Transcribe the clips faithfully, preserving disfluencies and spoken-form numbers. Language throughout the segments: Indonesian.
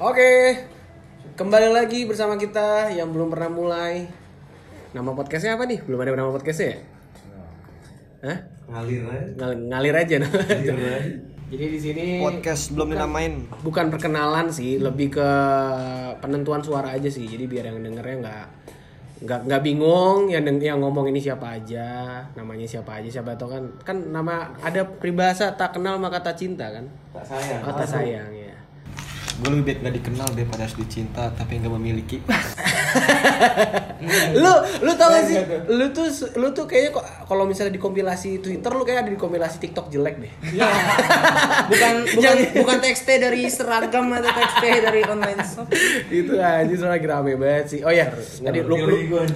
Oke, kembali lagi bersama kita yang belum pernah mulai. Nama podcastnya apa nih? Belum ada nama podcastnya ya? Hah? Ngalir aja. Ngalir, ngalir aja namanya. Jadi di sini podcast belum dinamain. Bukan perkenalan sih, lebih ke penentuan suara aja sih. Jadi biar yang dengernya nggak nggak nggak bingung yang yang ngomong ini siapa aja, namanya siapa aja, siapa tahu kan kan nama ada peribahasa tak kenal maka tak cinta kan? Tak sayang. Oh, tak sayang ya. Gue lebih baik gak dikenal daripada harus dicinta tapi gak memiliki. lu lu tau gak sih? Lu tuh lu tuh kayaknya kok kalau misalnya di kompilasi Twitter lu kayak ada di kompilasi TikTok jelek deh. Ya. Bukan bukan bukan T X T dari seragam atau T X T dari online shop. Itu aja soalnya lagi rame banget sih. Oh ya, tadi lu lu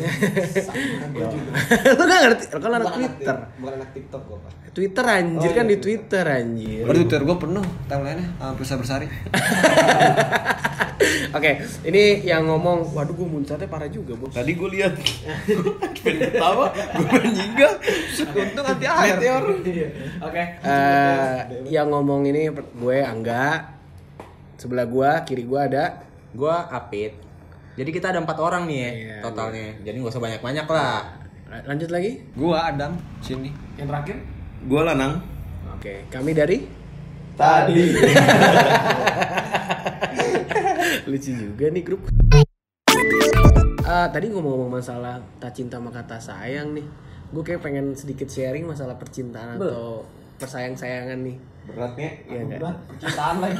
lu gak ngerti kan anak Twitter. Bukan anak TikTok gue Pak. Twitter anjir kan di Twitter anjir. Di Twitter gue penuh timeline-nya hampir bersari. Oke, ini yang ngomong, waduh gue muncatnya parah juga, Bos. Tadi gue lihat. Pengen ketawa, gue menjingga. Untung anti air. Oke. Eh, yang ngomong ini gue Angga. Sebelah gue, kiri gue ada Gua Apit. Jadi kita ada empat orang nih ya Iya, totalnya. Jadi nggak usah banyak-banyak lah. Lanjut lagi. Gue Adam sini. Yang terakhir. Gue Lanang. Oke, kami dari Tadi. lucu juga nih grup. Uh, tadi ngomong-ngomong masalah tak cinta maka tak sayang nih, gue kayak pengen sedikit sharing masalah percintaan Be. atau persayang-sayangan nih. Beratnya. Iya enggak? Percintaan lagi.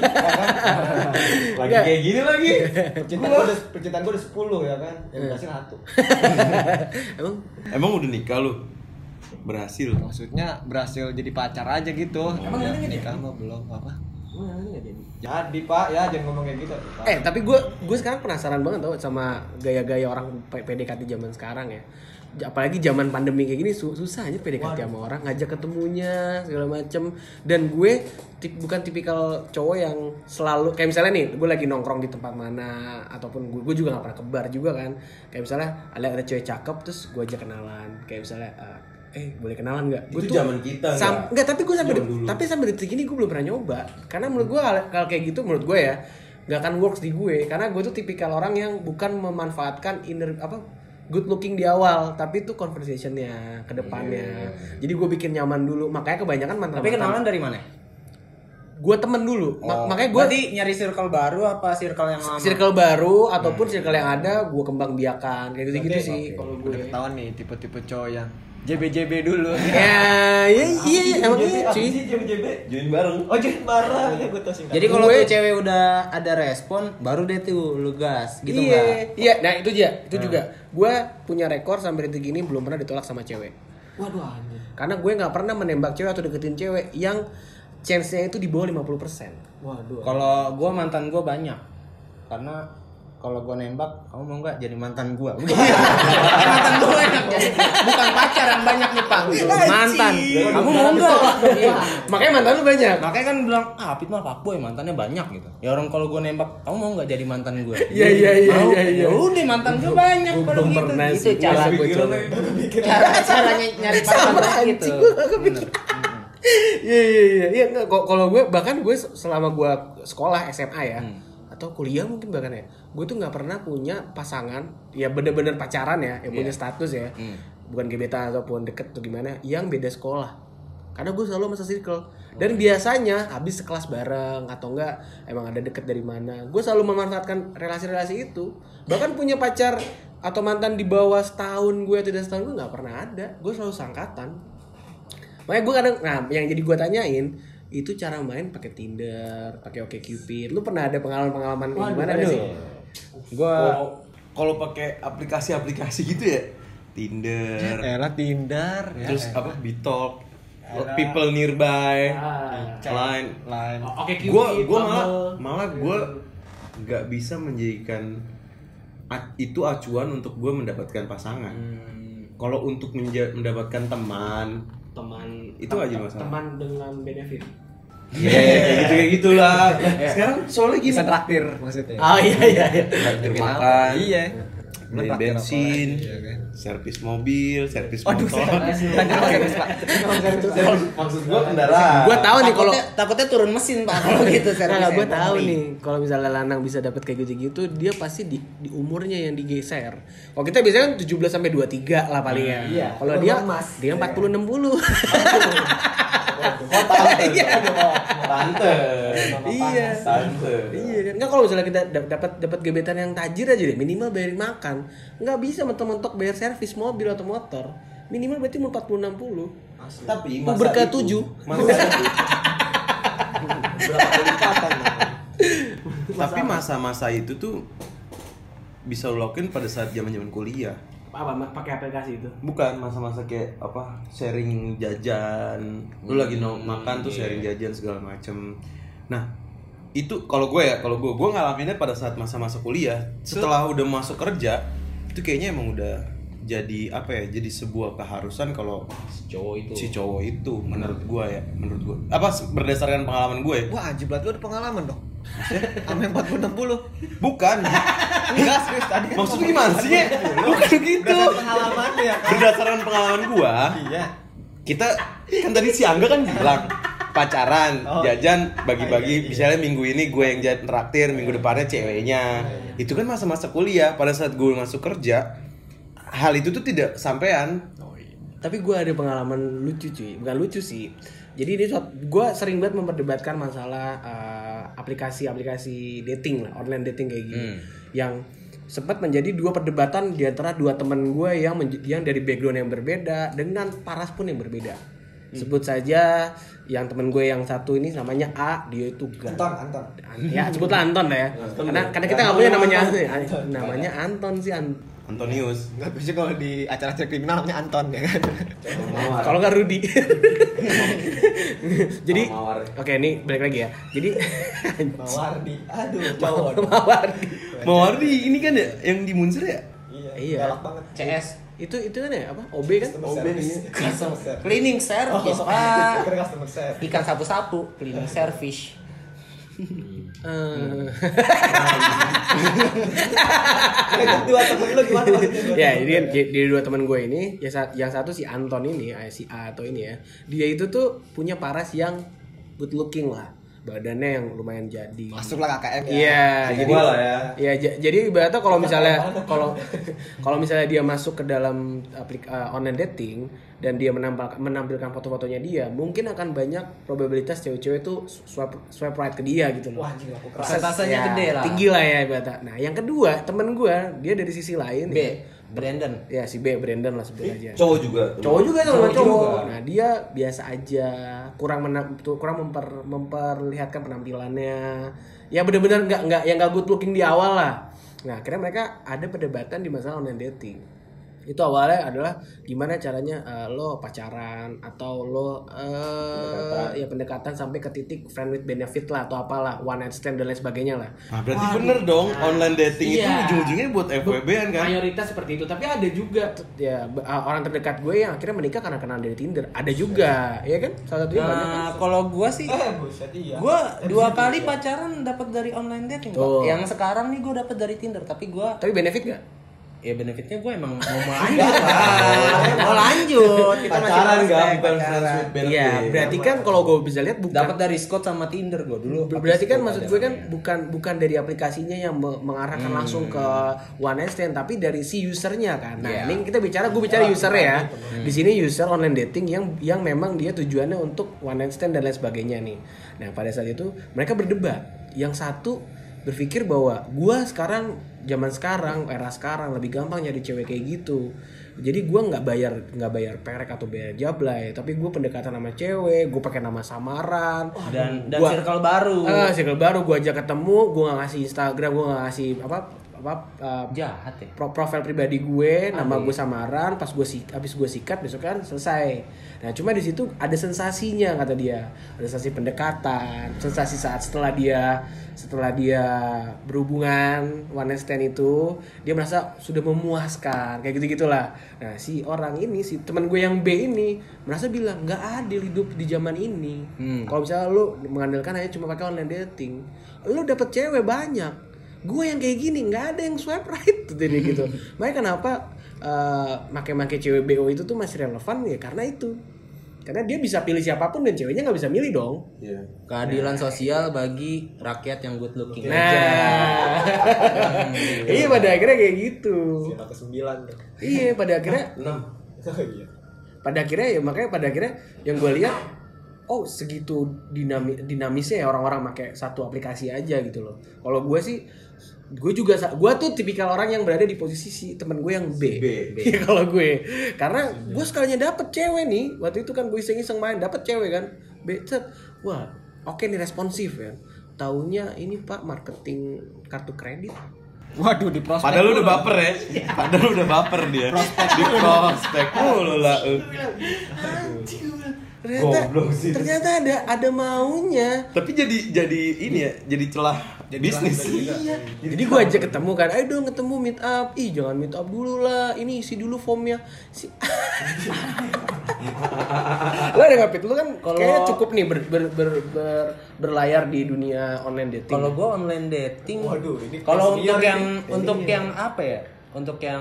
Lagi Nggak. kayak gini lagi. Percintaan gue udah percintaan gue udah sepuluh ya kan. Yang berhasil satu. Emang? Emang udah nikah lu? Berhasil. Maksudnya berhasil jadi pacar aja gitu. Emang ya, ini nikah mah belum apa? Emang nggak jadi? Jadi Pak ya jangan ngomong kayak gitu. Pak. Eh tapi gue gue sekarang penasaran banget tau sama gaya-gaya orang P D K T zaman sekarang ya. Apalagi zaman pandemi kayak gini susah aja P D K T sama orang, ngajak ketemunya segala macem. Dan gue tip, bukan tipikal cowok yang selalu kayak misalnya nih gue lagi nongkrong di tempat mana ataupun gue, gue juga nggak pernah ke bar juga kan. Kayak misalnya ada ada cewek cakep terus gue ajak kenalan. Kayak misalnya uh, eh boleh kenalan nggak? Itu zaman kita sam- nggak tapi gue sampai Zaman de- dulu. tapi sampai detik ini gue belum pernah nyoba karena menurut gue kalau kayak gitu menurut gue ya nggak akan works di gue karena gue tuh tipikal orang yang bukan memanfaatkan inner apa good looking di awal tapi itu conversationnya ke depannya. Yeah. Jadi gue bikin nyaman dulu makanya kebanyakan mantan Tapi kenalan dari mana? gue temen dulu. Ma- Oh. makanya gue Berarti nyari circle baru apa circle yang lama? circle baru ataupun circle yang ada gue kembang biakan kayak gitu gitu sih kalau Udah gue. ketahuan nih tipe-tipe cowok yang J B J B dulu. Ya, iya, iya, iya, emang iya cuy. J B J B. Join bareng. Oh jadi marah ya gue tau singkat. Jadi kalau Gue- tuh cewek udah ada respon, baru deh tuh lu gas, gitu Iya, nggak? iya. Nah itu aja, itu juga. Gue punya rekor sampai detik ini belum pernah ditolak sama cewek. Waduh anjir. Karena gue nggak pernah menembak cewek atau deketin cewek yang chance-nya itu di bawah lima puluh persen. Waduh. Kalau gua mantan gua banyak, karena kalau gua nembak, kamu mau nggak jadi mantan gua? Mantan gua banyak, jadi bukan pacar yang banyak nih pak, mantan. Kamu mau nggak? Iya. Makanya mantan lu banyak. Makanya kan bilang, ah Apit mah fuckboy, mantannya banyak gitu. Ya orang kalau gua nembak, kamu mau nggak jadi mantan gua? Iya, iya, iya, Mau? iya, iya. Ya udah mantan gua banyak Gua kalau belum gitu. pernah Itu sih. cara Masa gua coba. cara caranya nyari pasangan gitu. Gue gak kepikiran. Iya iya iya iya nggak kok kalau gue bahkan gue selama gue sekolah S M A ya hmm. atau kuliah mungkin bahkan ya gue tuh nggak pernah punya pasangan ya bener-bener pacaran ya yang yeah. punya status ya hmm. bukan gebetan ataupun deket atau gimana yang beda sekolah karena gue selalu masa circle dan oh. biasanya habis sekelas bareng atau enggak emang ada deket dari mana gue selalu memanfaatkan relasi-relasi itu bahkan punya pacar atau mantan di bawah setahun gue atau tidak setahun gue nggak pernah ada gue selalu seangkatan. Makanya gue kadang, nah yang jadi gue tanyain itu cara main pakai Tinder, pakai OkCupid. Lu pernah ada pengalaman-pengalaman kayak gimana nggak sih? Gua Kalau pakai aplikasi-aplikasi gitu ya, Tinder, Elah Tinder. terus ya, apa, Bitalk, People Nearby, Ah, Line, lain. OkCupid, Gue gue malah Bumble. malah gue nggak bisa menjadikan a- itu acuan untuk gue mendapatkan pasangan. Hmm, Kalau untuk menja- mendapatkan teman, teman itu tem- aja masalah. Teman dengan benefit. ya kayak gitu kayak gitulah. Sekarang soalnya gini, Bisa traktir maksudnya. Oh iya iya iya. traktir makan, Iya. beli bensin, Iya kan. servis mobil, servis Waduh, motor. servis Pak. Maksud gua kendaraan. Gue tahu nih kalau Takutnya, takutnya turun mesin Pak kalau gitu servis. Nah, gue tahu nih kalau misalnya lanang bisa dapat kayak gitu-gitu, dia pasti di, di umurnya yang digeser. Kalau kita biasanya kan tujuh belas sampai dua puluh tiga lah paling ya. Iya. Kalau dia Emas. dia empat puluh enam puluh. Tante. Tante. Iya. Tante. Iya kan. Enggak, kalau misalnya kita dap- dapat dapat gebetan yang tajir aja deh, minimal bayarin makan. Enggak bisa mentok-mentok bayar servis mobil atau motor. Minimal berarti mau empat puluh enam puluh. Tapi Mau masa berkah itu- tujuh. Masa itu. Berapa kali lipatan? Tapi masa-masa itu tuh bisa lo lakuin pada saat zaman-zaman kuliah. Apa pakai aplikasi itu? Bukan masa-masa kayak apa sharing jajan, lu lagi no, makan tuh sharing jajan segala macem. Nah itu kalau gue ya, kalau gue gue ngalaminnya pada saat masa-masa kuliah. Setelah udah masuk kerja, itu kayaknya emang udah jadi apa ya? Jadi sebuah keharusan kalau Cowok itu. si cowok itu menurut gue ya, menurut gue. Apa berdasarkan pengalaman gue? Wah, anjir berarti lu ada pengalaman dong. Sama empat puluh enam puluh. Bukan. Enggak, serius tadi. kan Maksudnya gimana sih ya? Bukan gitu. Berdasarkan pengalaman ya kan. Berdasarkan pengalaman gua, Iya. kita kan tadi si Angga kan bilang pacaran, Oh. jajan, Iya, bagi-bagi. iya. Misalnya minggu ini gue yang jajan traktir, minggu depannya ceweknya. Itu kan masa-masa kuliah. Pada saat gue masuk kerja, hal itu tuh tidak sampean. Tapi gue ada pengalaman lucu cuy, bukan lucu sih. Jadi ini gue sering banget memperdebatkan masalah uh, aplikasi-aplikasi dating lah, online dating kayak gini, Hmm. yang sempat menjadi dua perdebatan di antara dua teman gue yang menj- yang dari background yang berbeda dengan paras pun yang berbeda. Sebut saja yang temen gue yang satu ini namanya A, dia itu gan. Anton, Anton. Ya sebutlah Anton lah ya. Karena karena kita nggak punya namanya namanya Anton sih An- Antonius. Enggak bisa kalau di acara-acara kriminal namanya Anton ya kan. Kalau nggak Rudi. Jadi Mawar. oke ini balik lagi ya. Jadi Mawardi. Aduh, cowok. Mawardi. Mawardi ini kan ya yang di Munzer ya? Iya, Iya. galak banget. C S. Itu itu kan ya apa? O B kan? Customer service. Customer service. Cleaning service Pak. Kira customer service. Ikan sapu-sapu, cleaning service. Eh, Itu dua temen lu gimana maksudnya? ya jadi dari dua teman gue ini, yang sa- yang satu si Anton ini, eh, si A atau ini ya, dia itu tuh punya paras yang good looking lah, badannya yang lumayan jadi. Masuklah K K M ya. Iya, Kayak jadi gua lah ya. Iya, j- jadi ibaratnya kalau misalnya kalau kalau misalnya dia masuk ke dalam aplik uh, online dating dan dia menampilkan menampilkan foto-fotonya dia, mungkin akan banyak probabilitas cewek-cewek tuh swipe swipe right ke dia gitu loh. Wah, anjing aku keras. Persentasenya Ya, gede lah. Tinggi lah ya ibaratnya. Nah, yang kedua, temen gue, dia dari sisi lain B. ya, Brandon. ya si B, Brandon lah sebut aja. Cowok juga. Cowok juga tuh, Cowok cowok. juga. Nah, dia biasa aja, kurang mena- tuh, kurang memper, memperlihatkan penampilannya. Ya benar-benar nggak nggak yang nggak good looking di awal lah. Nah, akhirnya mereka ada perdebatan di masalah online dating. Itu awalnya adalah gimana caranya eh, lo pacaran atau lo eh, ya pendekatan sampai ke titik friend with benefit lah atau apalah, one night stand dan lain sebagainya lah. Nah, berarti bener dong online dating itu Iya. ujung-ujungnya buat F W B-an kan? Mayoritas seperti itu, tapi ada juga t- ya b- uh, orang terdekat gue yang akhirnya menikah karena kenal dari Tinder. Ada juga, ya kan? Salah satunya banyak kan. Nah, kalau gua sih Eh, buset iya. gua dua kali pacaran dapat dari online dating, Pak. Tuh. Yang sekarang nih gua dapat dari Tinder, tapi gua Tapi benefit gak? ya benefitnya gue emang mau lanjut Pak. mau lanjut kita masih Pacaran prospek, nggak? Bukan pacaran. friends with benefit. Iya, berarti kan kalau gue bisa lihat bukan dapat dari Scott sama Tinder gue dulu. Ber- berarti kan maksud gue kan bukan bukan dari aplikasinya yang me- mengarahkan langsung ke one night stand, tapi dari si usernya kan. Nah, Iya. ini kita bicara, gue bicara user ya. Di sini user online dating yang yang memang dia tujuannya untuk one night stand dan lain sebagainya nih. Nah, pada saat itu mereka berdebat. Yang satu berpikir bahwa gue sekarang zaman sekarang era sekarang lebih gampang nyari cewek kayak gitu. Jadi gue nggak bayar nggak bayar perek atau bayar jablay, tapi gue pendekatan sama cewek, gue pakai nama samaran dan dan Gua- circle baru. Ah, circle baru gue ajak ketemu, gue nggak ngasih Instagram, gue nggak ngasih apa apa uh, Jahat ya. pro- profil pribadi gue, nama Aneh. gue samaran, pas gue sik, habis gue sikat besok kan selesai. Nah cuma di situ ada sensasinya kata dia, ada sensasi pendekatan, sensasi saat setelah dia setelah dia berhubungan one night stand itu dia merasa sudah memuaskan kayak gitu gitulah. Nah si orang ini si teman gue yang B ini merasa bilang nggak adil hidup di zaman ini. Hmm. Kalau misalnya lu mengandalkan hanya cuma pakai online dating, lu dapet cewek banyak. Gue yang kayak gini nggak ada yang swipe right jadi gitu. Makanya kenapa uh, make-make cewek B O itu tuh masih relevan ya karena itu. Karena dia bisa pilih siapapun dan ceweknya nggak bisa milih dong. Iya. Keadilan sosial bagi rakyat yang good looking. Nah, iya pada akhirnya kayak gitu. Siapa ke sembilan tuh? Iya pada akhirnya, enam. Oh iya. pada akhirnya ya makanya pada akhirnya yang gue lihat, oh segitu dinami, dinamisnya ya orang-orang pakai satu aplikasi aja gitu loh. Kalau gue sih, gue juga gue tuh tipikal orang yang berada di posisi si teman gue yang B. B. Iya kalau gue, karena gue sekalinya dapet cewek nih, waktu itu kan gue iseng-iseng main dapet cewek kan, B, set, wah oke nih responsif ya. Taunya ini Pak marketing kartu kredit. Waduh, di prospek. Padahal lu udah baper ya. Padahal lu udah baper dia. Di prospek mulu lah. Ternyata, Goblok sih. ternyata ada ada maunya. Tapi jadi jadi ini ya, jadi celah bisnis. Iya. Jadi gue aja ketemu kan, ayo dong ketemu meet up. Ih jangan meet up dulu lah, ini isi dulu formnya. Si... Lo ada nggak Pit? Lo kan Kalo... kayaknya cukup nih ber, ber, ber, ber, berlayar di dunia online dating. Kalau gue online dating, Waduh, ini kalau senior untuk ini. yang untuk Ini. yang apa ya? Untuk yang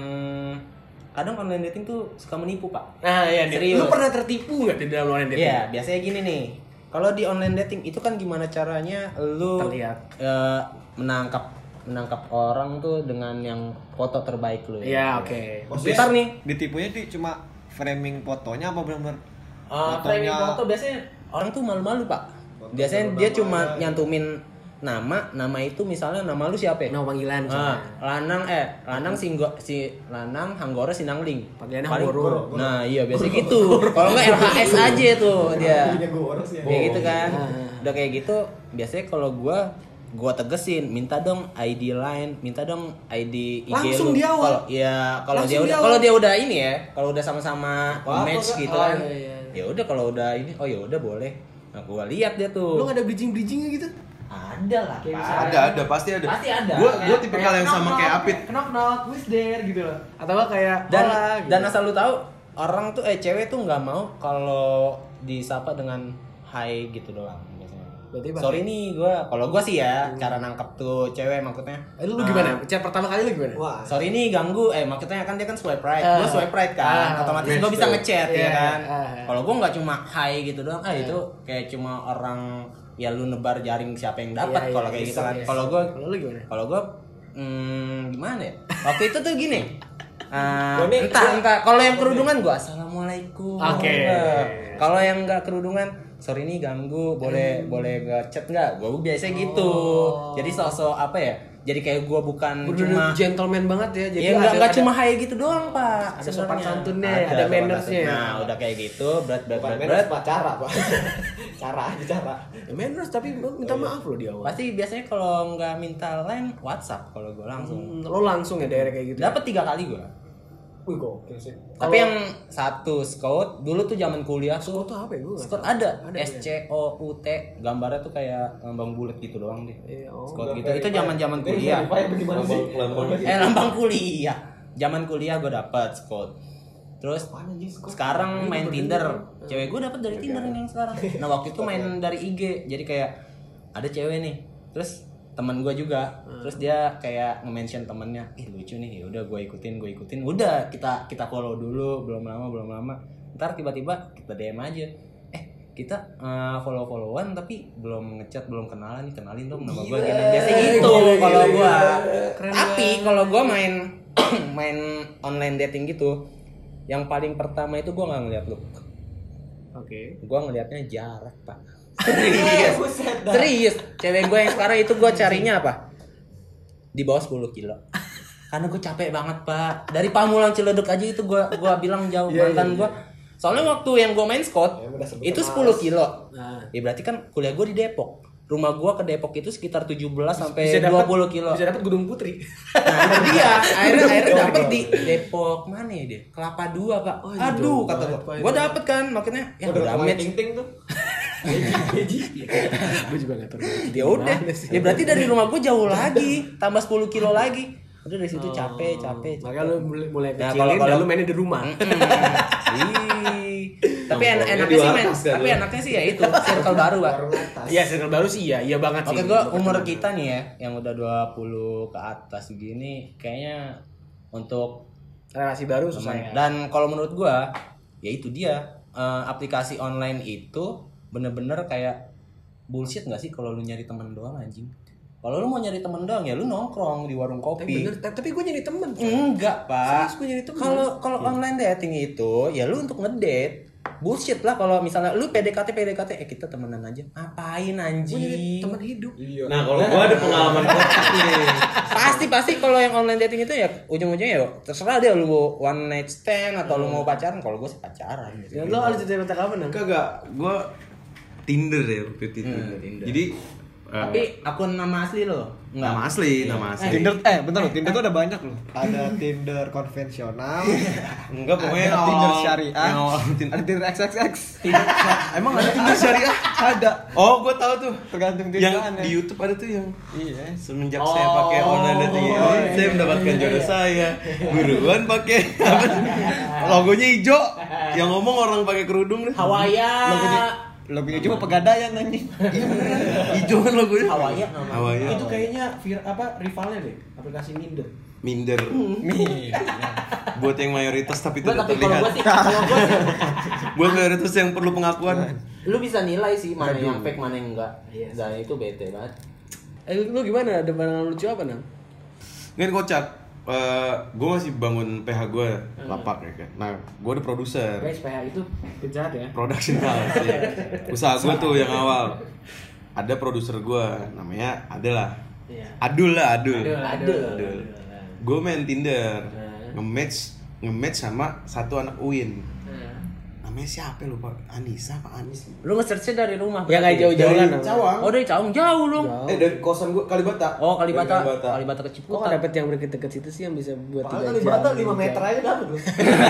kadang online dating tuh suka menipu pak. Nah ya, Serius. lo pernah tertipu nggak di dalam online dating? Iya, biasanya gini nih. Kalau di online dating itu kan gimana caranya lu Terlihat. eh, menangkap menangkap orang tuh dengan yang foto terbaik lu. Iya oke. Bentar nih. Ditipunya tuh cuma framing fotonya apa benar-benar Uh, framing foto biasanya orang tuh malu-malu pak. Biasanya dia cuma nyantumin nama, nama itu misalnya nama lu siapa? Ya? Nama panggilan. Ah, lanang eh lanang singgo si lanang hanggoro sinangling. Panggilannya Paling- Hanggoro. Nah iya biasa gitu. Kalau nggak L H S aja tuh dia. Ini gue boros ya. Kayak gitu kan. Udah kayak gitu biasanya kalau gua gua tegesin minta dong I D line, minta dong I D I G Langsung lu. di awal? Kalau ya kalau dia Langsung di udah awal? kalau dia udah ini ya, kalau udah sama-sama Apa-apa, match Kak? gitu Oh, kan. iya, iya. Ya udah kalau udah ini, oh ya udah boleh. Nah, gua lihat dia tuh. Lo nggak ada bridging bridgingnya gitu? Ada lah. Kayak Pak. misalnya- Ada, ada, pasti ada. Pasti ada. Gua gua tipikal yang sama kayak Apit. Knock knock, who's there gitu loh. Atau nggak kayak Dan hola, gitu. dan asal lu tahu orang tuh eh cewek tuh nggak mau kalau disapa dengan hai gitu doang biasanya. Berarti pakai- Sorry nih gua, kalau gua sih ya cara nangkep tuh cewek maksudnya. Eh, lu gimana? Chat pertama kali lu gimana? Wah. Sorry nih ganggu, eh maksudnya kan dia kan swipe right, Ah. gua swipe right kan, Ah, otomatis match gua bisa tuh. ngechat Iya, ya kan. ah. Kalau gua nggak cuma hai gitu doang, ah itu kayak cuma orang ya lu nebar jaring siapa yang dapat Iya, kalau iya, kayak gitu iya, kan. iya. Kalau gua Kalau lu gimana? Kalau gue, hmm, gimana ya? Waktu itu tuh gini. Uh, Gua nih- entah entah. Kalau yang kerudungan gue assalamualaikum. Oke. Nah, kalau yang nggak kerudungan, sorry nih ganggu, boleh boleh nggak chat nggak? Gue biasa gitu. Jadi sosok apa ya? Jadi kayak gue bukan Bener-bener cuma gentleman banget ya. Jadi ya nggak ada- nggak ada- cuma hai gitu doang pak. ada sopan sebenarnya. santunnya, ada sopan mannersnya. santun. Nah udah kayak gitu, berat berat Bukan berat manners, berat. Pak, cara, Pak. Cara aja cara. Ya, manners tapi lu minta maaf lo di awal. Pasti biasanya kalau nggak minta line WhatsApp kalau gue langsung. Hmm, lo langsung ya daerah kayak gitu. Dapat tiga kali gue. Wih, gokil sih. Tapi yang satu scout dulu tuh zaman kuliah Scout tuh tuh apa ya? Gue nggak scout tahu. ada, Ada, S C O U T, gambarnya tuh kayak lambang bulat gitu doang deh. Iya, oh. Scout gitu. Itu zaman-zaman kuliah. Verify bagaimana sih? Lambang- Eh lambang kuliah. Zaman kuliah gue dapet scout. Terus Apaan anjing, Scott? sekarang main Tinder. Cewek gue dapet dari Tinder yang sekarang. Nah waktu itu main dari I G. Jadi kayak ada cewek nih. Terus teman gue juga. Terus dia kayak nge-mention temennya, ih lucu nih. Ya udah gue ikutin, gue ikutin. Udah kita kita follow dulu. Belum lama, belum lama. Ntar tiba-tiba kita D M aja. Eh kita uh, follow-followan tapi belum ngechat, belum kenalan nih. Kenalin dong nama gue gini. Biasa gitu kalau gue. Tapi kalau gue main main online dating gitu, yang paling pertama itu gue nggak ngeliat look. Oke. Gue ngelihatnya jarak pak. Serius, serius. Cewek gue yang sekarang itu gue carinya apa? Di bawah sepuluh kilo. Karena gue capek banget pak. Dari Pamulang Ciledug aja itu gue gue bilang jauh Iya, mantan iya, gue. Soalnya waktu yang gue main scout Ya, udah sebut itu mas. sepuluh kilo. Nah. Ya berarti kan kuliah gue di Depok. Rumah gue ke Depok itu sekitar tujuh belas sampai Bisa dua dapat- puluh kilo. Bisa dapat Gunung Putri. Nah itu dia. Akhirnya akhirnya dapet di Depok mana ya dia? Kelapa Dua pak. Oh, iya, Aduh jauh kata banget, gue. Pak, Gue itu. dapet kan makanya. Ya Udah udah main match. ting-ting tuh. Gue juga nggak tahu. Ya udah. Ya berarti dari rumah gue jauh lagi. Tambah sepuluh kilo lagi. Udah dari situ capek capek. Makanya lu mulai, mulai Nah, kecilin kalau- dan kalau- lu mainnya di rumah. Ih. Tapi enak enaknya sih main. Tapi enaknya sih ya itu circle baru pak. Warung atas. Iya, circle baru sih iya, iya banget sih. Oke gue umur kita nih ya, yang udah dua puluh ke atas gini, kayaknya untuk relasi baru susah ya. Dan kalau menurut gua, ya itu dia eh, aplikasi online itu bener-bener kayak bullshit nggak sih kalau lu nyari teman doang anjing. Kalau lu mau nyari teman doang ya lu nongkrong di warung Tapi kopi. bener, tapi gue nyari temen. Enggak, Pak. Serius, gua nyari temen. Kalau kalau online dating itu ya lu untuk ngedate. Bullshit lah kalau misalnya lu P D K T P D K T eh kita temenan aja. Ngapain Gue nyari anjing? teman hidup. Nah, kalau gua ada pengalaman kocak nih. Pasti pasti kalau yang online dating itu ya ujung-ujungnya ya terserah dia lu mau one night stand atau lu mau pacaran. Kalau gue sih pacaran gitu. Ya, lo ada cerita kapan nang? Kagak, gua Tinder ya waktu itu. Hmm, Tinder. Jadi eh, Tapi akun nama asli lo? Enggak. nama asli, nama asli. Tinder eh bentar loh, Tinder tuh ada banyak loh. Ada Tinder konvensional, Enggak, pokoknya ada yang Tinder awal- syariah, yang awal Tinder. ada Tinder X X X. Emang ada Tinder syariah? Ada. Oh, gua tahu tuh. Tergantung Yang tujuannya. di YouTube ada tuh yang Iya. semenjak saya pakai online dating ini, oh, saya mendapatkan jodoh saya. Buruan pakai apa? Logonya hijau. Yang ngomong orang pakai kerudung deh. Hawaya. Logonya logonya cuma pegadaian anjing. Hijau kan logonya. Hawaya namanya. Hawaya. Itu kayaknya vir, apa rivalnya deh, aplikasi Minder. Minder. Nih. Buat yang mayoritas tapi Gua tidak tapi kalau terlihat. gua sih kalau gua sih Buat mayoritas yang perlu pengakuan. lu bisa nilai sih mana yang fake mana yang enggak. Dan itu bete banget. Eh lu gimana? Ada pandangan lucu apa nang? Kan kocak. Eh, gue masih bangun P H gue lapak ya kan. Nah, gue ada produser. Guys, P H itu kejahat ya. Production house ya. Usaha gue tuh yang awal. Ada produser gue, namanya adalah Iya. Adul lah, Adul. Adul, Adul. Gue main Tinder, nge-match nge-match sama satu anak U I N. Namanya siapa ya, lupa? Anissa apa Anis? Lu nge-search-nya dari rumah. Ya berarti? nggak jauh-jauh kan? Nang? Cawang. Oh, dari Cawang jauh dong. Eh dari kosan gue Kalibata. Oh, Kalibata. Dari Kalibata. Kalibata ke Kok Ciputat. nggak dapet yang deket-deket situ sih yang bisa buat tiga Paling jam? Kalibata lima meter aja dapat loh.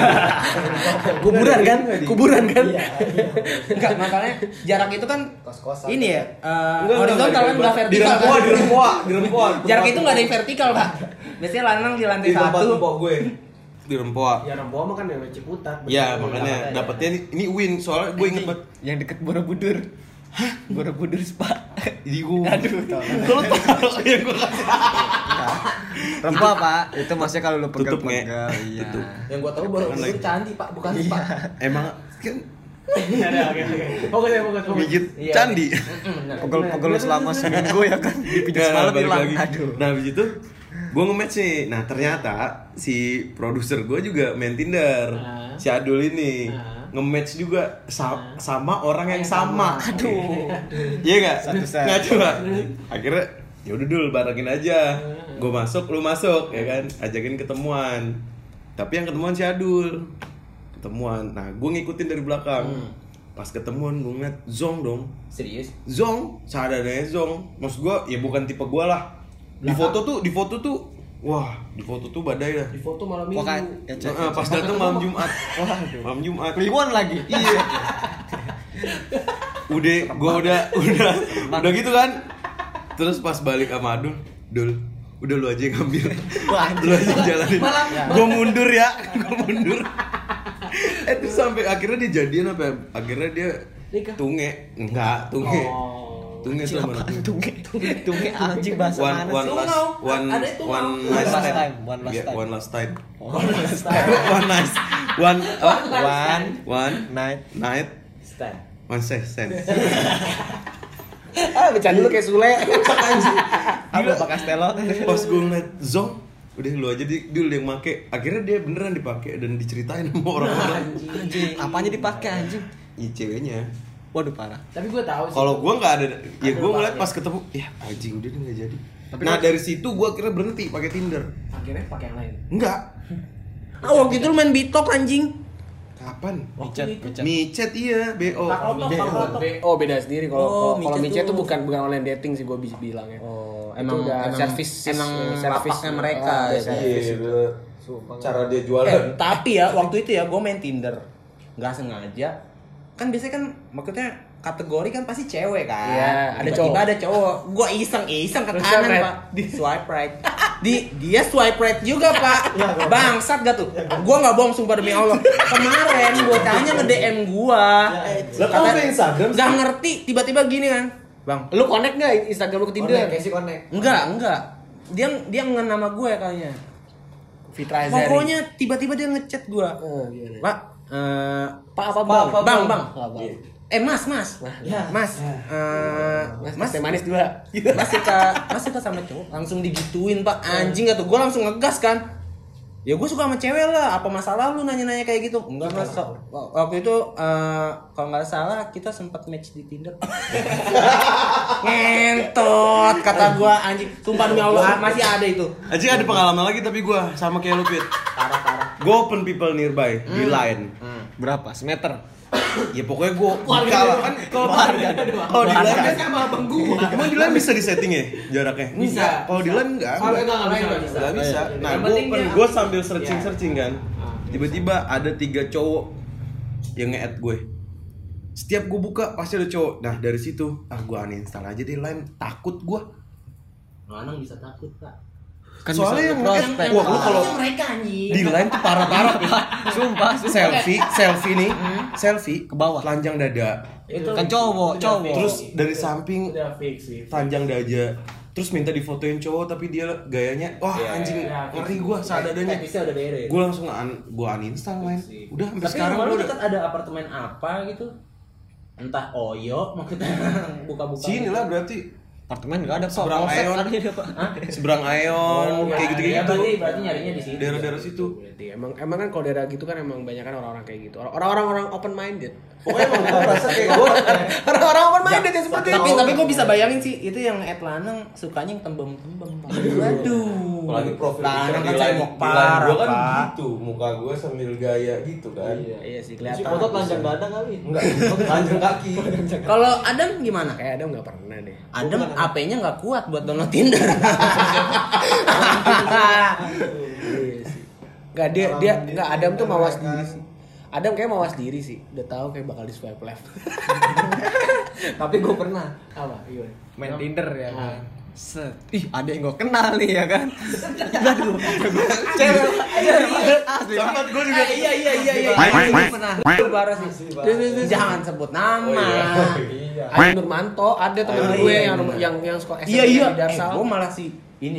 Kuburan kan? Kuburan kan? Enggak, makanya jarak itu kan Kos-kosan. ini ya, eh, Enggak, horizontal enggak, kan enggak di vertikal Rempoa, kan. di Rempoa, di Rempoa. Jarak itu enggak ada yang vertikal, Pak. Biasanya lanang di lantai Di tempat satu. Rempoa gue. Di Rempoa. Ya Rempoa mah kan yang Ciputat. Ya, makanya dapetnya ini, ini U I N soalnya gue inget banget. Yang deket Borobudur. Hah? Borobudur Spa. Jadi gue Aduh, tau. Kalau tahu yang gue kasih. Rempah, Pak. Itu maksudnya kalau lu Tutup, Nge. pegal-pegal. Iya. Tutup. Yang gua tahu baru Kan itu lagi. candi, Pak, bukan Iya. spa. Emang kan Ada, oke oke. Fokus ya, fokus fokus. mijit Iya. candi. Heeh. Pegel-pegel selama seminggu ya kan. Dipijit Nah, semalam balik hilang. lagi. Aduh. Nah, habis itu gue nge-match nih. Nah, ternyata si produser gue juga main Tinder. Ah. Si Adul ini Ah. nge-match juga sa- sama orang yang sama. Aduh. Iya gak? Satu set. Nggak coba. Akhirnya ya udah dul barengin aja. Gue masuk, lu masuk, ya kan? Ajakin ketemuan. Tapi yang ketemuan si Adul. Ketemuan. Nah, gue ngikutin dari belakang. Pas ketemuan gue ngeliat Zong dong. Serius? Zong, seadanya Zong. Maksud gue ya bukan tipe gue lah. Di foto tuh, di foto tuh, wah, di foto tuh badai lah. Di foto malam Wah, kan, minggu. ya, cek, Nah, pas datang malam Jumat. Malam Jumat. Kliwon lagi. Iya. Udah, gua udah, udah, udah gitu kan. Terus pas balik sama Adul, Dul, udah lu aja yang ngambil. Lu aja yang jalanin. Gua mundur ya, gua mundur. Eh terus sampai akhirnya dia jadian apa? ya? Akhirnya dia Nikah? tunge, enggak tunge, Oh. tunge sama Tunge. Tunge anjing bahasa one mana one sih? last one Ada itu one mau. last One last time, time, one last Yeah, time. one last time, One last one nice, one oh, One one night. night, Stand. one session. Ah, bercanda lu kayak Sule. Apa Pak Castello? Pas gue ngeliat Zong, udah lu aja di, dulu yang make. Akhirnya dia beneran dipakai dan diceritain sama orang-orang. Anjing, apanya dipakai anjing? Ih, ceweknya. Waduh parah. Tapi gue tahu sih. Kalau gue nggak ada, ya gue Ada ngeliat bapaknya. pas ketemu, ya anjing udah deh nggak jadi. Tapi Nah kan- dari situ gue akhirnya berhenti pakai Tinder. akhirnya pakai yang lain. Enggak. Ah, waktu itu lu main bitok anjing. Kapan? Micet, micet. Micet iya, B O. Pak Lotok, Pak Lotok. Oh, beda sendiri kalau Oh, kalau- kalau micet micet tuh. tuh bukan bukan online dating sih gue bisa bilang ya. Oh, Itu emang udah emang service emang service lapaknya mereka. Ah, udah ya. service. Iya, cara dia jualan. Eh, tapi ya waktu itu ya gue main Tinder nggak sengaja. Kan biasanya kan maksudnya kategori kan pasti cewek kan. Iya, ada Tiba-tiba cowok. ada cowok. Gue iseng-iseng ke Terus kanan, swipe right. Pak. Di swipe right. Di dia swipe right juga, Pak. Bangsat gak tuh? Gue nggak bohong sumpah demi Allah. Kemarin bocahnya nge-D M gue. Lah, kamu main Instagram sih? Gak ngerti tiba-tiba gini kan. Bang, Lu connect nggak Instagram lu ke Tinder? Connect, Casey connect. enggak, enggak. Dia dia nge nama gue kayaknya. Fitra Azari. Pokoknya tiba-tiba dia ngechat gua. Oh, iya. Pak, eh, Pak apa bang? Bang, bang, bang. Pak, bang. Eh mas, mas, Ya. mas, eh, Mas, mas, teh manis dua. mas suka, mas suka sama cowok, langsung digituin pak, anjing gak tuh, gue langsung ngegas kan, ya gue suka sama cewek lah, apa masalah lu nanya-nanya kayak gitu? Enggak mas, so- waktu itu eh, kalau nggak salah kita sempat match di Tinder. Ngentot kata gue anjing, sumpah demi Allah masih ada itu. Anjing ada pengalaman lagi tapi gue sama kayak lu Pit. Parah parah. Gue open people nearby di line. Berapa? Semeter? Ya pokoknya gue buka lah kan kalau kalau di line kan sama abang gua. emang di line bisa disetting ya jaraknya? Bisa. Kalau di line enggak. Oh, enggak, enggak bisa, enggak bisa. Enggak bisa. Nah, Yang gue penting open, dia- gue sambil searching Iya. searching kan. Tiba-tiba ada tiga cowok yang nge-add gue. Setiap gue buka pasti ada cowok. Nah dari situ ah gue uninstall aja deh line. Takut gue. Lanang bisa takut pak. Kan Soalnya bisa yang prospek. nge-add, wah lu kalau mereka anjing. di line tuh parah-parah. Sumpah, selfie, selfie nih, selfie Ke bawah. telanjang dada. Itu Kan cowok, cowok. Terus dari samping Udah fix sih. telanjang dada. Terus minta difotoin cowok tapi dia gayanya wah anjing iya, ngeri gua seadadanya. Teknisnya udah beres. Gua langsung un, gua uninstall main. Udah sampai Tapi sekarang rumah gua lu udah dekat ada apartemen apa gitu? Entah Oyo maksudnya buka-buka. sini lah berarti Apartemen enggak ada, Pak. Seberang Polsek Aeon. ada dia, Pak. Hah? seberang Aeon Oh, kayak ya, gitu ya, gitu. berarti, berarti nyarinya di situ. Daerah-daerah situ. Berarti emang emang kan kalau daerah gitu kan emang banyak kan orang-orang kayak gitu. Orang-orang orang open minded. Pokoknya emang gua merasa kayak gua Orang-orang open minded ya seperti Tapi itu. tapi gue bisa bayangin sih itu yang at lanang sukanya yang tembem-tembem. Pak. Waduh. apalagi profil lanang picture kan di saya line- mau di line parah, gua kan Pak. gitu, muka gua sambil gaya gitu kan. Iya sih kelihatan. Foto telanjang dada kali. Enggak, telanjang kaki. Kalau Adam gimana? Kayak Adam nggak pernah deh. Adam A P-nya nggak kuat buat download Tinder. Nggak dia dia nggak Adam tuh mawas diri sih. Adam kayak mawas diri sih. Udah tahu kayak bakal di swipe left. Tapi gue pernah apa? Iya. Main Tinder ya kan. Set. Ih, ada yang gue kenal nih ya kan. Aduh. Cewek. Asli. Sempat gua juga iya iya iya iya. Ini pernah. Itu parah sih. Jangan sebut nama. Ada Nurmanto, ada temen Oh, gue iya, yang bener. yang yang sekolah S M P Iya iya. di Darsal. Eh, gue malah sih ini.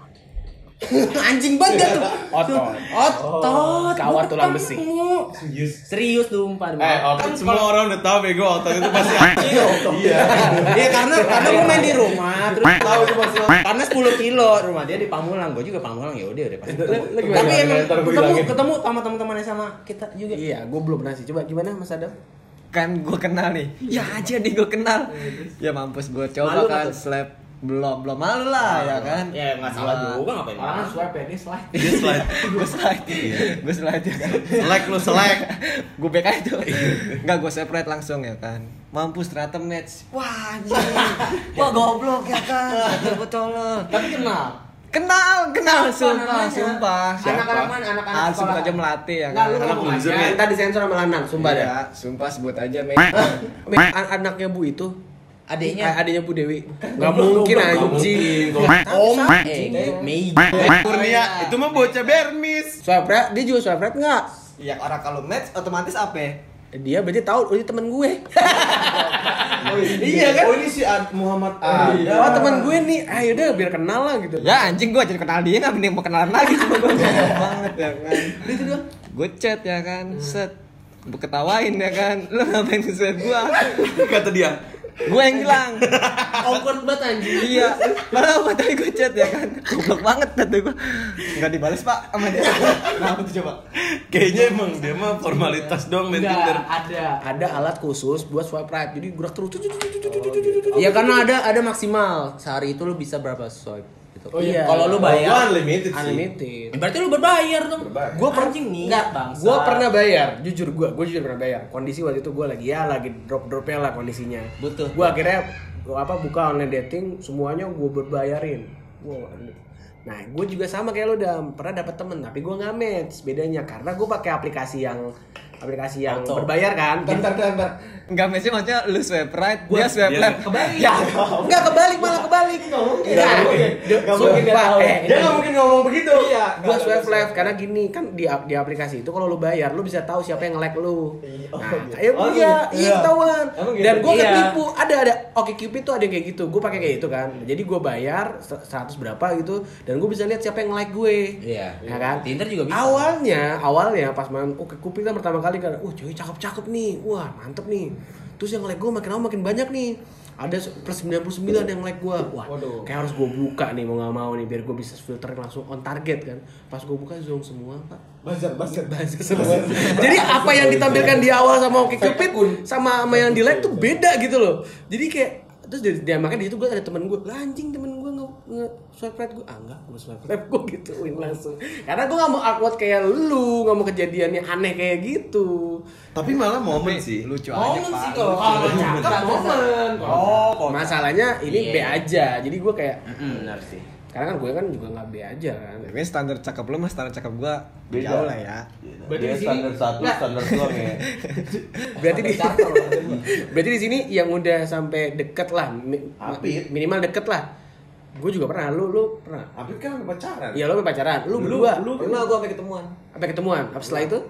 Anjing banget tuh. Otot. Otot. Kawat tulang besi. serius. Serius sumpah. Eh, otot semua orang udah tahu bego otot itu pasti anjing. Iya. Iya karena karena gue main di rumah terus tahu itu pasti karena sepuluh kilo rumah dia di Pamulang, gue juga Pamulang ya udah udah pasti. ketemu. gimana? Tapi emang Ntar gua ketemu bilangin. ketemu sama teman-temannya sama kita juga. Iya, gue belum pernah sih. Coba gimana Mas Adam? Kan gue kenal nih. Ya aja nih gue kenal. Ya mampus gue coba Malu kan nggak tuh? slap belum belum malu lah ya kan. Ya nggak salah juga ngapain Orang malu. swipe ya, dia slide. Dia slide. Gue slide. Gue slide ya kan. Selek lu selek. Gue back aja tuh. Enggak gue separate langsung ya kan. Mampus ternyata match. Wah anjing. Wah goblok ya kan. Betul betul. Tapi kenal. Kenal, kenal, sumpah, namanya? sumpah. Anak-anak mana? Anak-anak Ah, sebut sekolah. aja melati ya Enggak, kan. lu Anak ngomong loser aja. nih. Entar disensor sama Lanang, sumpah deh. Ya, sumpah sebut aja, men. An- Anaknya Bu itu Adiknya A- adiknya Bu Dewi. Enggak mungkin anjing. Om eh Mei. Kurnia itu mah bocah bermis. Swipe right, dia juga swipe right enggak? Ya orang kalau match otomatis apa? Dia berarti tahu, oh ini temen gue. Iya kan? Oh ini si Ad- Muhammad Ada. Oh temen gue nih, ayo deh biar kenal lah gitu. Ya anjing gua jadi kenal dia, nggak mending mau kenalan lagi sama gua. Banget ya kan. Itu doang. Gue chat ya kan, set. Gue ketawain ya kan. Lu ngapain nge-chat gua? Kata dia. Gue yang bilang. Awkward banget anjing. Iya. Padahal apa tadi gue chat ya kan. Goblok banget kata gua. Enggak dibalas, Pak, sama dia. Nah, apa tuh coba? Kayaknya emang dia mah formalitas doang main Tinder. Enggak, ada ada alat khusus buat swipe right. Jadi gerak terus. Iya karena ada ada maksimal sehari itu lu bisa berapa swipe gitu. Oh, iya. Kalau lu Gua bayar unlimited sih. Unlimited. berarti lu berbayar dong. Berbayar. Gue pernah Anjing nih, nggak, bangsa. gue pernah bayar, jujur gue, gue jujur pernah bayar. Kondisi waktu itu gue lagi ya lagi drop dropnya lah kondisinya. Butuh. Gue akhirnya gua apa buka online dating, semuanya gue berbayarin. Gua, nah gue juga sama kayak lo udah pernah dapet temen, tapi gue nggak match. Bedanya karena gue pakai aplikasi yang aplikasi yang Auto. berbayar kan. Enggak matchnya maksudnya lu swipe right, Gua- dia swipe dia- left. Kebalik. Ya, enggak kebalik malah kebalik. balik nggak mungkin. Nggak Nggak mungkin. Nggak mungkin dia Sumpah, tahu. eh, Dia nggak mungkin ngomong begitu. Iya. Gua swipe left karena gini kan di di aplikasi itu kalau lu bayar lu bisa tahu siapa yang nge-like lu. Iya, oh, Nah, gitu. kayak Oh, iya, iya. iya ketahuan. Emang gitu? Dan gua Iya. ketipu. Ada ada Oke Cupid tuh ada yang kayak gitu. Gua pakai kayak gitu kan. Jadi gua bayar seratus berapa gitu dan gua bisa lihat siapa yang nge-like gue. Iya. Ya kan? Tinder juga bisa. Awalnya, awalnya pas main Oke Cupid kan pertama kali kan, uh cewek cakep-cakep nih. Wah, mantep nih. Terus yang like gue makin lama makin banyak nih. Ada plus sembilan puluh sembilan yang like gue. Wah, Waduh. kayak harus gue buka nih mau gak mau nih biar gue bisa filter langsung on target kan. Pas gue buka zoom semua, Pak. Buzzer, buzzer. Buzzer semua. Jadi apa yang ditampilkan di awal sama Oke Cupid sama sama yang di like tuh beda gitu loh. Jadi kayak terus dia, dia makanya di situ gue ada temen gue, lah anjing temen gue nge, nge swipe right gue, ah enggak gue swipe left gue gituin langsung, karena gue nggak mau awkward kayak lu, nggak mau kejadiannya aneh kayak gitu. Tapi malah momen sih. Lucu aja, Momen Pak. sih kalau Kalau Lucu. cakep momen. Oh, Masalahnya ini Iya. B aja, jadi gue kayak, Benar sih. karena kan gue kan juga nggak B aja kan. Tapi standar cakep lu sama standar cakep gua Beda. jauh lah ya. Berarti Dia di sini- standar satu, Nggak. standar doang ya. Berarti di, Cakep loh, ada gua. berarti di sini yang udah sampai deket lah, mi- Apit. minimal deket lah. Gue juga pernah, lu lu pernah. Tapi kan ada pacaran. Iya lu pacaran, lu berdua, lu Pernah gua sampai ketemuan. sampai ketemuan. Apa setelah itu?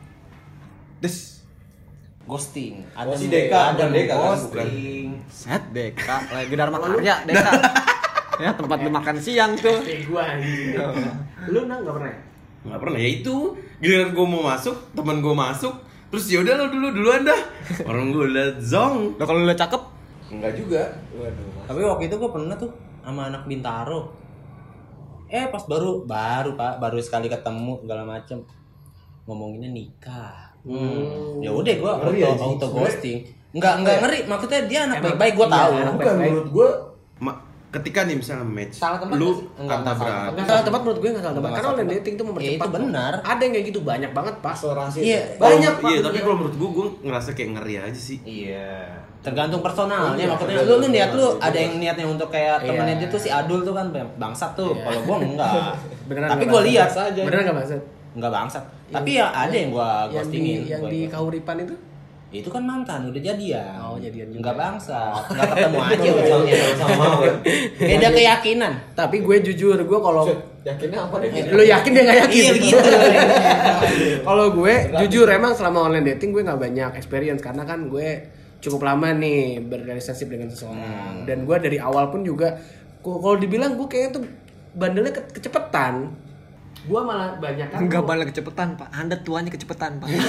Des. Ghosting. Oh, si Deka, ada bukan Deka kan, ghosting. Set Deka, lagi Dharma Karya Deka. Ya tempat lu makan siang tuh. Kayak gua anjing. Lu nang enggak pernah? ya? Nggak pernah ya itu. Giliran gue mau masuk, teman gue masuk, terus ya udah lo dulu duluan dah. Orang gue udah zong. Lo kalau lu cakep, Enggak juga. Tapi waktu itu gue pernah tuh sama anak Bintaro. Eh pas baru baru Pak, baru sekali ketemu segala macem ngomonginnya nikah. Hmm. Ya udah gue Ngeri auto, anjing. auto ghosting. Enggak enggak ngeri, maksudnya dia anak Emang- baik-baik gue iya, tahu. anak Bukan baik-baik. menurut gue ma- ketika nih misalnya match, Salah tempat lu nggak sih? Enggak, kata enggak salah berat. tempat. Nggak salah tempat menurut gue nggak salah tempat. Nggak Karena salah online tempat. dating tuh mempercepat. Ya, itu kok. benar. Ada yang kayak gitu banyak banget pak. Iya, Banyak Banyak, Pak. Pak. Iya, tapi kalau menurut gue, gue ngerasa kayak ngeri aja sih. Iya. Tergantung personalnya, Iya, maksudnya lu tergantung lu niat lu personalnya. ada yang niatnya untuk kayak Iya. temennya dia tuh si Adul tuh kan bangsat tuh. Iya. Kalau gua enggak. Beneran Tapi nggak gua bangsat? lihat saja. Beneran nggak maksud? Enggak bangsat. Tapi ya ada yang gua Yang di ghostingin. yang Gua- di Kahuripan itu? Itu kan mantan, udah jadian. Oh, jadian juga. Enggak bangsat. Enggak ketemu aja ujungnya sama kan. Beda keyakinan. Tapi gue jujur gue kalau Yakinnya apa deh? lu yakin dia nggak yakin? Iya gitu. Kalau gue jujur emang selama online dating gue nggak banyak experience karena kan gue cukup lama nih berrelationship dengan seseorang dan gue dari awal pun juga ku- kalau dibilang gue kayaknya tuh bandelnya ke- kecepetan. Gue malah banyak kan enggak gua- balik kecepetan, Pak. Anda tuanya kecepetan, Pak.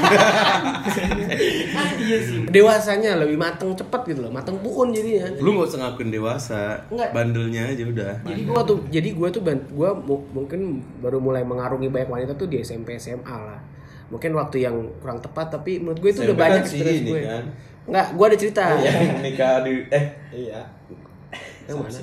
iya sih. Dewasanya lebih mateng cepet gitu loh, mateng puun jadinya. Lu gak usah ngakuin dewasa, Enggak. bandelnya aja udah. Jadi gua tuh, jadi gua tuh ban- gua mu- mungkin baru mulai mengarungi banyak wanita tuh di S M P S M A lah. Mungkin waktu yang kurang tepat tapi menurut gue itu udah S M P kan banyak si experience ini gue. kan. Enggak, gua ada cerita. Yang nikah di eh Iya. Yang mana?